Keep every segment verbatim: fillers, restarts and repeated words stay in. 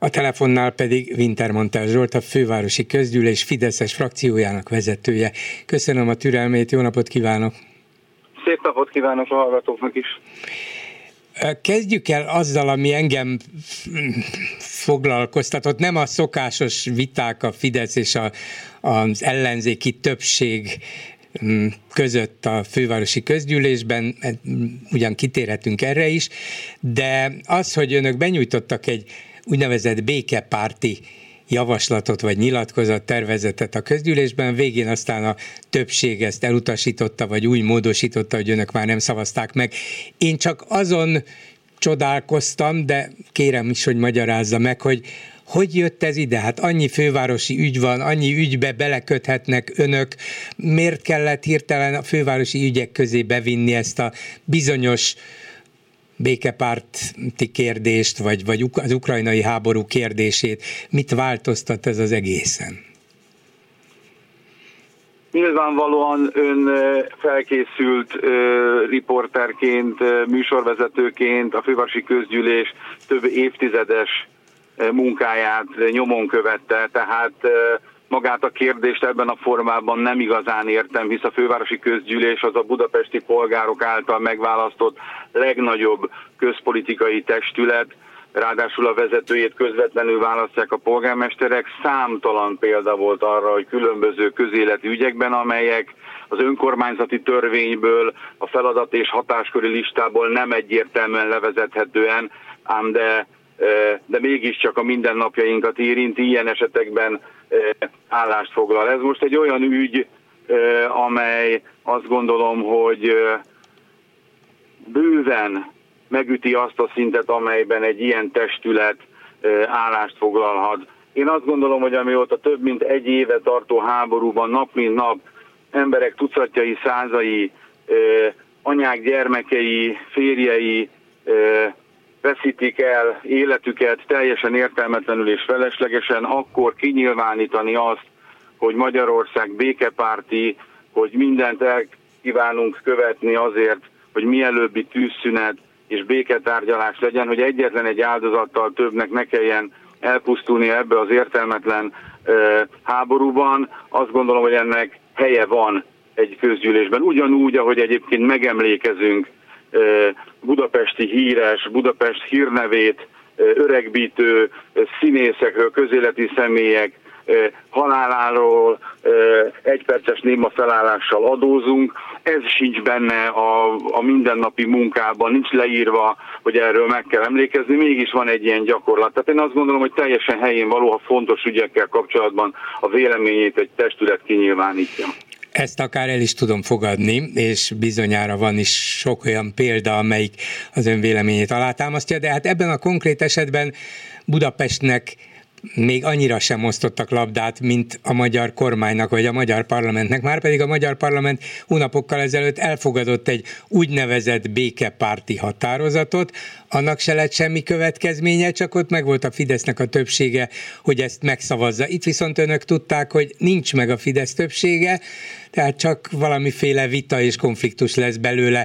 A telefonnál pedig Wintermantel Zsolt, a fővárosi közgyűlés Fideszes frakciójának vezetője. Köszönöm a türelmét, jó napot kívánok! Szép napot kívánok a hallgatóknak is! Kezdjük el azzal, ami engem foglalkoztatott, nem a szokásos viták a Fidesz és a, az ellenzéki többség között a fővárosi közgyűlésben, ugyan kitérhetünk erre is, de az, hogy önök benyújtottak egy úgynevezett békepárti javaslatot vagy nyilatkozat tervezetet a közgyűlésben, végén aztán a többség ezt elutasította, vagy úgy módosította, hogy önök már nem szavazták meg. Én csak azon csodálkoztam, de kérem is, hogy magyarázza meg, hogy hogy jött ez ide? Hát annyi fővárosi ügy van, annyi ügybe beleköthetnek önök, miért kellett hirtelen a fővárosi ügyek közé bevinni ezt a bizonyos békepárti kérdést, vagy, vagy az ukrajnai háború kérdését? Mit változtat ez az egészen? Nyilvánvalóan ön felkészült uh, riporterként, uh, műsorvezetőként a fővárosi közgyűlés több évtizedes uh, munkáját nyomon követte, tehát uh, magát a kérdést ebben a formában nem igazán értem, hisz a fővárosi közgyűlés az a budapesti polgárok által megválasztott legnagyobb közpolitikai testület, ráadásul a vezetőjét közvetlenül választják a polgármesterek. Számtalan példa volt arra, hogy különböző közéleti ügyekben, amelyek az önkormányzati törvényből, a feladat és hatásköri listából nem egyértelműen levezethetően, ám de, de mégiscsak a mindennapjainkat érinti, ilyen esetekben állást foglal. Ez most egy olyan ügy, amely azt gondolom, hogy bőven megüti azt a szintet, amelyben egy ilyen testület állást foglalhat. Én azt gondolom, hogy amióta több mint egy éve tartó háborúban nap mint nap emberek tucatjai, százai, anyák, gyermekei, férjei veszítik el életüket teljesen értelmetlenül és feleslegesen, akkor kinyilvánítani azt, hogy Magyarország békepárti, hogy mindent el kívánunk követni azért, hogy mielőbbi tűzszünet és béketárgyalás legyen, hogy egyetlen egy áldozattal többnek ne kelljen elpusztulni ebbe az értelmetlen ö, háborúban. Azt gondolom, hogy ennek helye van egy közgyűlésben. Ugyanúgy, ahogy egyébként megemlékezünk ö, budapesti híres, Budapest hírnevét ö, öregbítő ö, színészekről, közéleti személyek ö, haláláról ö, egyperces néma felállással adózunk. Ez sincs benne a, a mindennapi munkában, nincs leírva, hogy erről meg kell emlékezni, mégis van egy ilyen gyakorlat. Tehát én azt gondolom, hogy teljesen helyén való, ha fontos ügyekkel kapcsolatban a véleményét egy testület kinyilvánítja. Ezt akár el is tudom fogadni, és bizonyára van is sok olyan példa, amelyik az ön véleményét alátámasztja, de hát ebben a konkrét esetben Budapestnek még annyira sem osztottak labdát, mint a magyar kormánynak vagy a magyar parlamentnek. Márpedig a magyar parlament hónapokkal ezelőtt elfogadott egy úgynevezett békepárti határozatot, annak se lett semmi következménye, csak ott meg volt a Fidesznek a többsége, hogy ezt megszavazza. Itt viszont önök tudták, hogy nincs meg a Fidesz többsége, tehát csak valamiféle vita és konfliktus lesz belőle.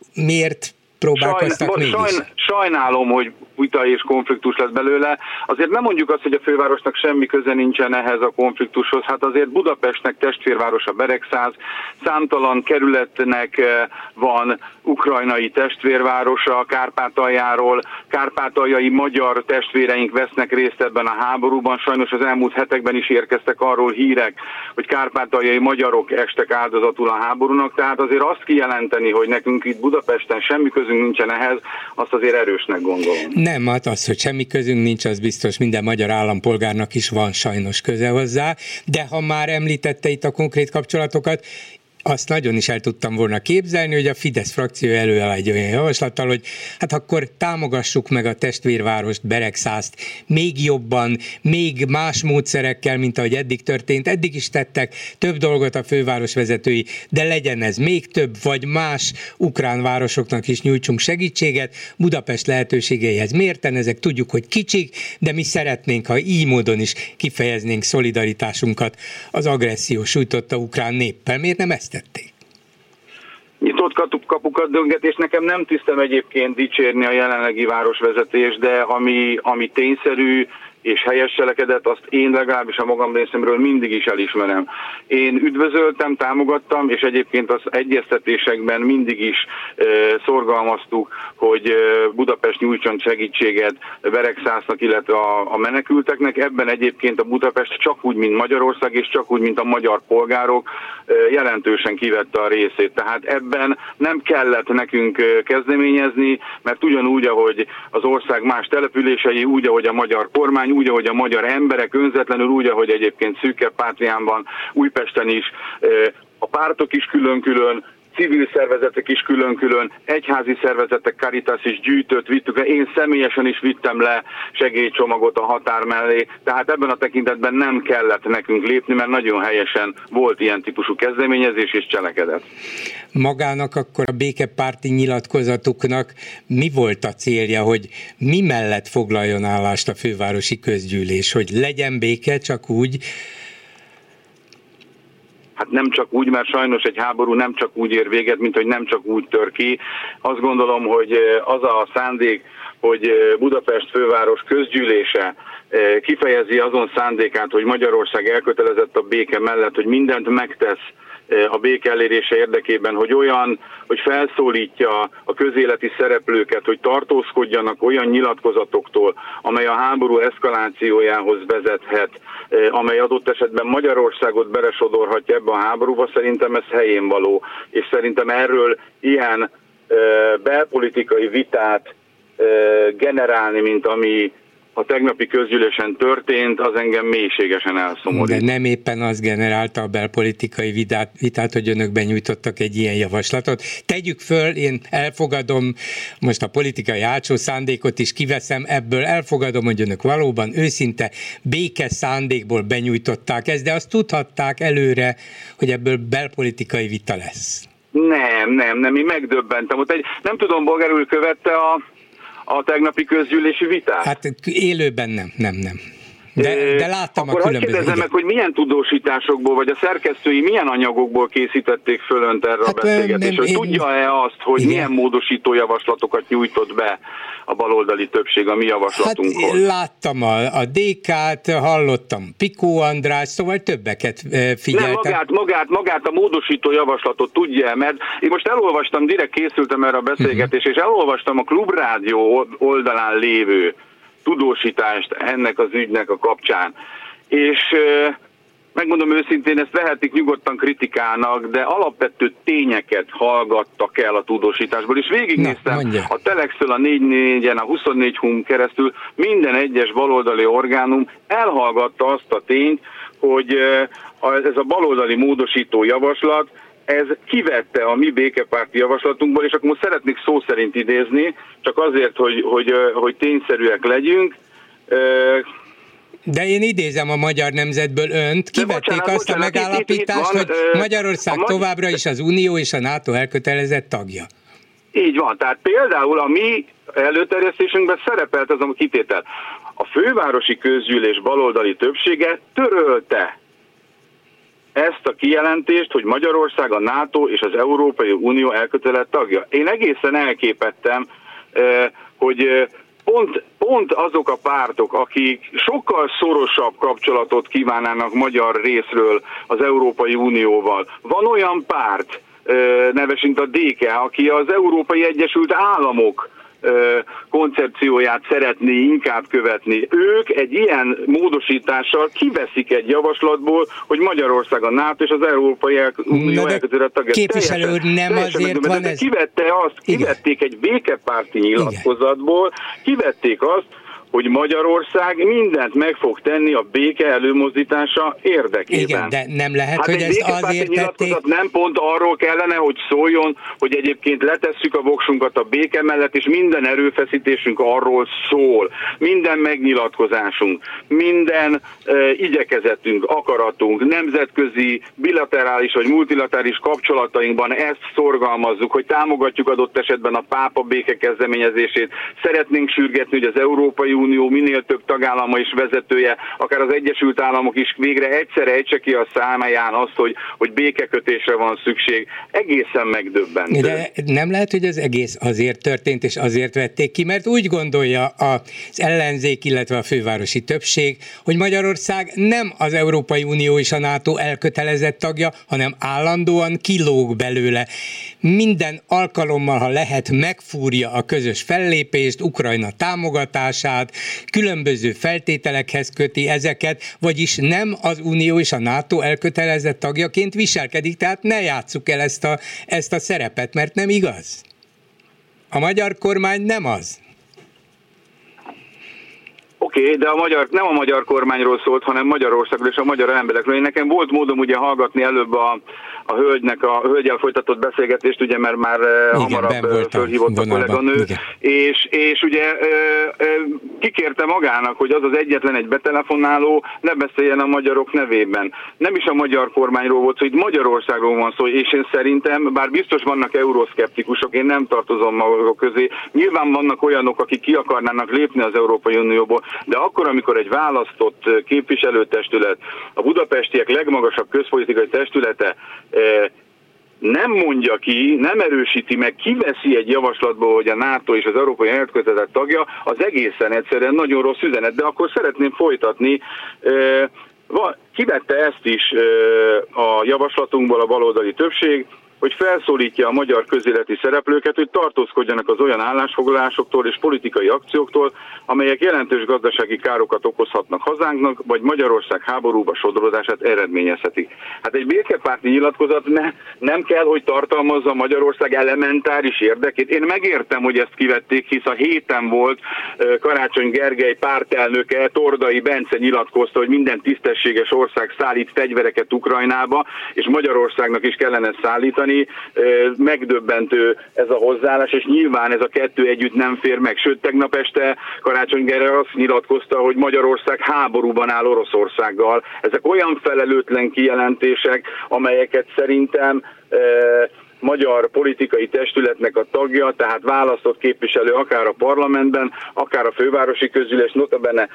Miért próbálkoztak Sajn, mégis? Sajn, sajnálom, hogy vita és konfliktus lesz belőle. Azért nem mondjuk azt, hogy a fővárosnak semmi köze nincsen ehhez a konfliktushoz. Hát azért Budapestnek testvérvárosa Beregszáz, számtalan kerületnek van ukrajnai testvérvárosa Kárpátaljáról, kárpátaljai magyar testvéreink vesznek részt ebben a háborúban. Sajnos az elmúlt hetekben is érkeztek arról hírek, hogy kárpátaljai magyarok estek áldozatul a háborúnak. Tehát azért azt kijelenteni, hogy nekünk itt Budapesten semmi közünk nincsen ehhez, azt azért erősnek gondolom. Nem, hát az, hogy semmi közünk nincs, az biztos, minden magyar állampolgárnak is van sajnos köze hozzá, de ha már említette itt a konkrét kapcsolatokat, azt nagyon is el tudtam volna képzelni, hogy a Fidesz frakció előáll egy olyan javaslattal, hogy hát akkor támogassuk meg a testvérvárost, Beregszázt még jobban, még más módszerekkel, mint ahogy eddig történt. Eddig is tettek több dolgot a főváros vezetői, de legyen ez még több, vagy más ukrán városoknak is nyújtsunk segítséget. Budapest lehetőségeihez mérten, ezek tudjuk, hogy kicsik, de mi szeretnénk, ha így módon is kifejeznénk szolidaritásunkat az agresszió sújtotta ukrán néppel. Miért nem ezt tették? Nyitott kapukat dönget, és nekem nem tisztem egyébként dicsérni a jelenlegi városvezetést, de ami, ami tényszerű, és helyes cselekedet, azt én legalábbis a magam részemről mindig is elismerem. Én üdvözöltem, támogattam, és egyébként az egyeztetésekben mindig is e, szorgalmaztuk, hogy e, Budapest nyújtson segítséget Beregszásznak, illetve a, a menekülteknek. Ebben egyébként a Budapest csak úgy, mint Magyarország, és csak úgy, mint a magyar polgárok e, jelentősen kivette a részét. Tehát ebben nem kellett nekünk kezdeményezni, mert ugyanúgy, ahogy az ország más települései, úgy, ahogy a magyar kormány, úgy, ahogy a magyar emberek önzetlenül, úgy, ahogy egyébként szűkebb Pátriánban, Újpesten is, a pártok is külön-külön, civil szervezetek is külön-külön, egyházi szervezetek, Caritas is gyűjtött, vittük, én személyesen is vittem le segélycsomagot a határ mellé, tehát ebben a tekintetben nem kellett nekünk lépni, mert nagyon helyesen volt ilyen típusú kezdeményezés és cselekedet. Magának akkor a békepárti nyilatkozatuknak mi volt a célja, hogy mi mellett foglaljon állást a fővárosi közgyűlés, hogy legyen béke csak úgy? Hát nem csak úgy, mert sajnos egy háború nem csak úgy ér véget, mint hogy nem csak úgy tör ki. Azt gondolom, hogy az a szándék, hogy Budapest főváros közgyűlése kifejezi azon szándékát, hogy Magyarország elkötelezett a béke mellett, hogy mindent megtesz a béke elérése érdekében, hogy olyan, hogy felszólítja a közéleti szereplőket, hogy tartózkodjanak olyan nyilatkozatoktól, amely a háború eszkalációjához vezethet, amely adott esetben Magyarországot belesodorhatja ebbe a háborúba, szerintem ez helyén való. És szerintem erről ilyen belpolitikai vitát generálni, mint ami a tegnapi közgyűlésen történt, az engem mélységesen elszomorít. De nem éppen az generálta a belpolitikai vitát, vitát, hogy önök benyújtottak egy ilyen javaslatot. Tegyük föl, én elfogadom, most a politikai álcsó szándékot is kiveszem ebből, elfogadom, hogy önök valóban őszinte béke szándékból benyújtották ezt, de azt tudhatták előre, hogy ebből belpolitikai vita lesz. Nem, nem, nem, én megdöbbentem. Ott egy, nem tudom, Bolgár úr követte a a tegnapi közgyűlési vitát? Hát élőben nem, nem, nem. De, de láttam Akkor a különböző... Akkor kérdezzem meg, hogy milyen tudósításokból, vagy a szerkesztői milyen anyagokból készítették föl önt erre hát, a beszélgetésről? Én... Tudja-e azt, hogy igen, milyen módosító javaslatokat nyújtott be a baloldali többség a mi javaslatunkhoz? Hát láttam a, a dé ká-t, hallottam Pikó András, szóval többeket figyeltem. Nem, magát, magát, magát a módosító javaslatot tudja, mert én most elolvastam, direkt készültem erre a beszélgetésre, uh-huh. és elolvastam a Klubrádió oldalán lévő tudósítást ennek az ügynek a kapcsán. És megmondom őszintén, ezt vehetik nyugodtan kritikának, de alapvető tényeket hallgattak el a tudósításból, és végignéztem Na, a Telextől, a négy négyen, a huszonnégy hum keresztül, minden egyes baloldali orgánum elhallgatta azt a tényt, hogy ez a baloldali módosító javaslat, ez kivette a mi békepárti javaslatunkból, és akkor most szeretnék szó szerint idézni, csak azért, hogy, hogy, hogy tényszerűek legyünk. De én idézem a Magyar Nemzetből önt, kivették bocsánat, azt bocsánat, a megállapítást, itt, itt van, hogy Magyarország a továbbra is az Unió és a NATO elkötelezett tagja. Így van, tehát például a mi előterjesztésünkben szerepelt ez a kitétel. A fővárosi közgyűlés baloldali többsége törölte ezt a kijelentést, hogy Magyarország a NATO és az Európai Unió elkötelezett tagja. Én egészen elképettem, hogy pont, pont azok a pártok, akik sokkal szorosabb kapcsolatot kívánnának magyar részről az Európai Unióval. Van olyan párt, nevesint a dé ká, aki az Európai Egyesült Államok koncepcióját szeretné inkább követni. Ők egy ilyen módosítással kiveszik egy javaslatból, hogy Magyarország a NATO és az Európai Unió elkötelezett tagja. Képviselő úr, nem teljesen azért van ez... Kivette azt, kivették egy békepárti nyilatkozatból, kivették azt, hogy Magyarország mindent meg fog tenni a béke előmozdítása érdekében. Igen, de nem lehet, hát hogy ezt azért tették... nem pont arról kellene, hogy szóljon, hogy egyébként letesszük a voksunkat a béke mellett, és minden erőfeszítésünk arról szól. Minden megnyilatkozásunk, minden uh, igyekezetünk, akaratunk, nemzetközi, bilaterális vagy multilaterális kapcsolatainkban ezt szorgalmazzuk, hogy támogatjuk adott esetben a pápa béke kezdeményezését. Szeretnénk sürgetni, hogy az Európai Unió minél több tagállama és vezetője, akár az Egyesült Államok is végre egyszerre ejtse ki a számáján azt, hogy, hogy békekötésre van szükség. Egészen megdöbbentő. De nem lehet, hogy az egész azért történt, és azért vették ki, mert úgy gondolja az ellenzék, illetve a fővárosi többség, hogy Magyarország nem az Európai Unió és a NATO elkötelezett tagja, hanem állandóan kilóg belőle. Minden alkalommal, ha lehet, megfúrja a közös fellépést, Ukrajna támogatását, különböző feltételekhez köti ezeket, vagyis nem az Unió és a NATO elkötelezett tagjaként viselkedik, tehát ne játsszuk el ezt a, ezt a szerepet, mert nem igaz. A magyar kormány nem az. Oké, okay, de a magyar, nem a magyar kormányról szólt, hanem Magyarországról és a magyar emberekről. Én nekem volt módom ugye hallgatni előbb a, a hölgynek, a hölgyel folytatott beszélgetést, ugye, mert már igen, hamarabb fölhívott a kolléganő, és, és ugye kikérte magának, hogy az az egyetlen egy betelefonáló ne beszéljen a magyarok nevében. Nem is a magyar kormányról volt szó, itt Magyarországról van szó, és én szerintem, bár biztos vannak euroszkeptikusok, én nem tartozom maguk közé, nyilván vannak olyanok, akik ki akarnának lépni az Európai Unióból, de akkor, amikor egy választott képviselőtestület, a budapestiek legmagasabb közpolitikai testülete nem mondja ki, nem erősíti meg, kiveszi egy javaslatból, hogy a NATO és az Európai Elkötelezett tagja, az egészen egyszerűen nagyon rossz üzenet, de akkor szeretném folytatni. Kivette ezt is a javaslatunkból a baloldali többség, hogy felszólítja a magyar közéleti szereplőket, hogy tartózkodjanak az olyan állásfoglalásoktól és politikai akcióktól, amelyek jelentős gazdasági károkat okozhatnak hazánknak, vagy Magyarország háborúba sodródását eredményezhetik. Hát egy békepárti nyilatkozat ne, nem kell, hogy tartalmazza Magyarország elementáris érdekét. Én megértem, hogy ezt kivették, hisz a héten volt Karácsony Gergely pártelnöke, Tordai Bence nyilatkozta, hogy minden tisztességes ország szállít fegyvereket Ukrajnába, és Magyarországnak is kellene szállítani. Megdöbbentő ez a hozzáállás, és nyilván ez a kettő együtt nem fér meg. Sőt, tegnap este Karácsony Gergely azt nyilatkozta, hogy Magyarország háborúban áll Oroszországgal. Ezek olyan felelőtlen kijelentések, amelyeket szerintem magyar politikai testületnek a tagja, tehát választott képviselő akár a parlamentben, akár a fővárosi közgyűlés, notabene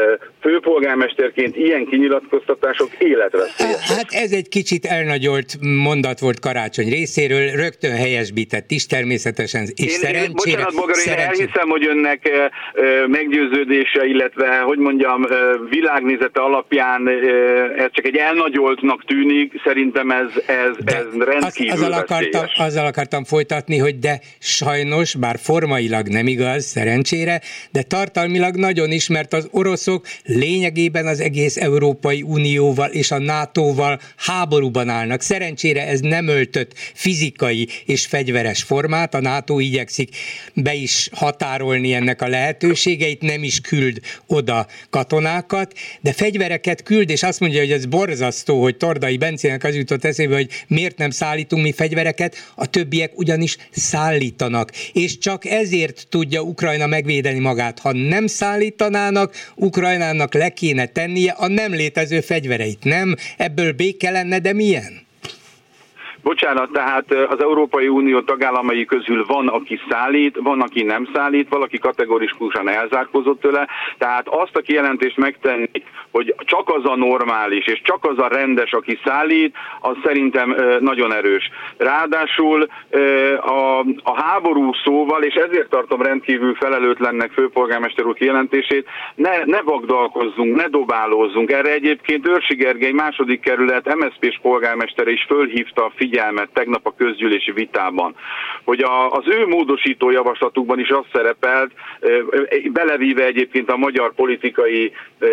főpolgármesterként ilyen kinyilatkoztatások életveszélyesek. Hát ez egy kicsit elnagyolt mondat volt Karácsony részéről, rögtön helyesbített is természetesen, és én, szerencsére... Bocsánat, Bogar, én elhiszem, hogy önnek meggyőződése, illetve, hogy mondjam, világnézete alapján ez csak egy elnagyoltnak tűnik, szerintem ez, ez, ez rendkívül az, veszélyes. Azzal akartam folytatni, hogy de sajnos, bár formailag nem igaz, szerencsére, de tartalmilag nagyon is, mert az oroszok lényegében az egész Európai Unióval és a nátóval háborúban állnak. Szerencsére ez nem öltött fizikai és fegyveres formát, a NATO igyekszik be is határolni ennek a lehetőségeit, nem is küld oda katonákat, de fegyvereket küld, és azt mondja, hogy ez borzasztó, hogy Tordai Bencének az jutott eszébe, hogy miért nem szállítunk mi fegyvereket, a többiek ugyanis szállítanak, és csak ezért tudja Ukrajna megvédeni magát. Ha nem szállítanának, Ukrajnának le kéne tennie a nem létező fegyvereit. Nem? Ebből béke lenne, de milyen? Bocsánat, tehát az Európai Unió tagállamai közül van, aki szállít, van, aki nem szállít, valaki kategorikusan elzárkózott tőle, tehát azt a kijelentést megtenni, hogy csak az a normális, és csak az a rendes, aki szállít, az szerintem nagyon erős. Ráadásul a, a háború szóval, és ezért tartom rendkívül felelőtlennek főpolgármester úr kijelentését, ne, ne vagdalkozzunk, ne dobálózzunk. Erre egyébként Őrsi Gergely második kerület em es zé pés polgármestere is fölhívta a figyelmet tegnap a közgyűlési vitában, hogy a, az ő módosító javaslatukban is az szerepelt, belevíve egyébként a magyar politikai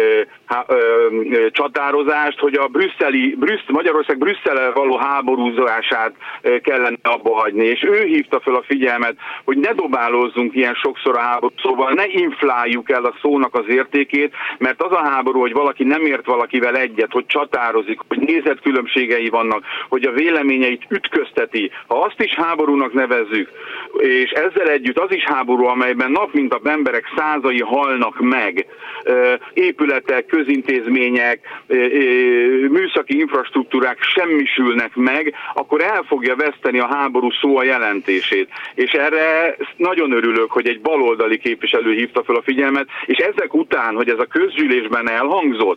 há, ö, ö, csatározást, hogy a brüsszeli, Brüssz, Magyarország Brüsszellel való háborúzását kellene abba hagyni, és ő hívta fel a figyelmet, hogy ne dobálózzunk ilyen sokszor a háború, szóval ne infláljuk el a szónak az értékét, mert az a háború, hogy valaki nem ért valakivel egyet, hogy csatározik, hogy nézetkülönbségei vannak, hogy a véleménye intézményeit ütközteti, ha azt is háborúnak nevezzük, és ezzel együtt az is háború, amelyben nap mint nap emberek százai halnak meg, épületek, közintézmények, műszaki infrastruktúrák semmisülnek meg, akkor el fogja veszteni a háború szó a jelentését. És erre nagyon örülök, hogy egy baloldali képviselő hívta fel a figyelmet, és ezek után, hogy ez a közgyűlésben elhangzott,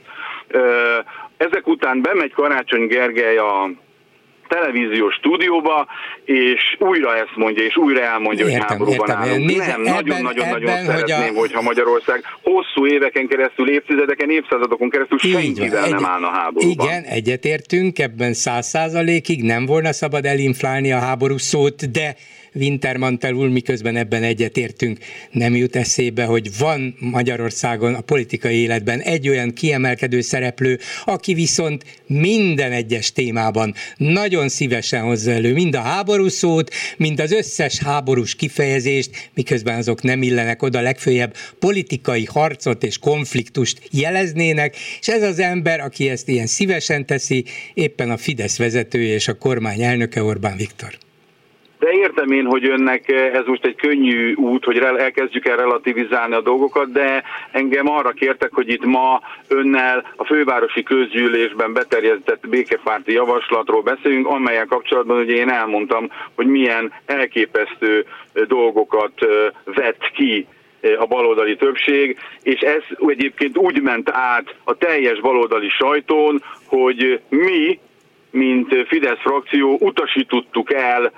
ezek után bemegy Karácsony Gergely a televíziós stúdióba, és újra ezt mondja, és újra elmondja, értem, hogy háborúban értem. állunk. Nézze, nem, nagyon-nagyon-nagyon szeretném, hogy a... hogyha Magyarország hosszú éveken keresztül, évtizedeken, évszázadokon keresztül senkivel egy... nem állna háborúban. Igen, egyetértünk, ebben száz százalékig nem volna szabad elinflálni a háború szót, de Wintermantel úr, miközben ebben egyetértünk, nem jut eszébe, hogy van Magyarországon a politikai életben egy olyan kiemelkedő szereplő, aki viszont minden egyes témában nagyon szívesen hozza elő mind a háború szót, mind az összes háborús kifejezést, miközben azok nem illenek oda, legfőjebb politikai harcot és konfliktust jeleznének, és ez az ember, aki ezt ilyen szívesen teszi, éppen a Fidesz vezetője és a kormány elnöke, Orbán Viktor. De értem én, hogy önnek ez most egy könnyű út, hogy elkezdjük el relativizálni a dolgokat, de engem arra kértek, hogy itt ma önnel a fővárosi közgyűlésben beterjesztett békepárti javaslatról beszéljünk, amellyel kapcsolatban ugye én elmondtam, hogy milyen elképesztő dolgokat vett ki a baloldali többség, és ez egyébként úgy ment át a teljes baloldali sajtón, hogy mi, mint Fidesz frakció utasítottuk el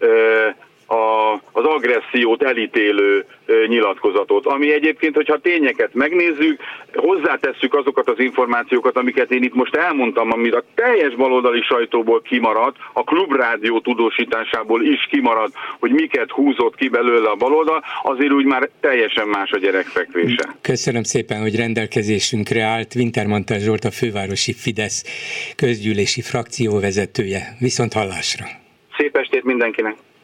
A, az agressziót elítélő nyilatkozatot, ami egyébként, hogyha tényeket megnézzük, hozzátesszük azokat az információkat, amiket én itt most elmondtam, amit a teljes baloldali sajtóból kimaradt, a Klubrádió tudósításából is kimaradt, hogy miket húzott ki belőle a baloldal, azért úgy már teljesen más a gyerekfekvése. Köszönöm szépen, hogy rendelkezésünkre állt. Wintermantel Zsolt, a fővárosi Fidesz közgyűlési frakcióvezetője. Viszont hallásra! Szép estét mindenkinek!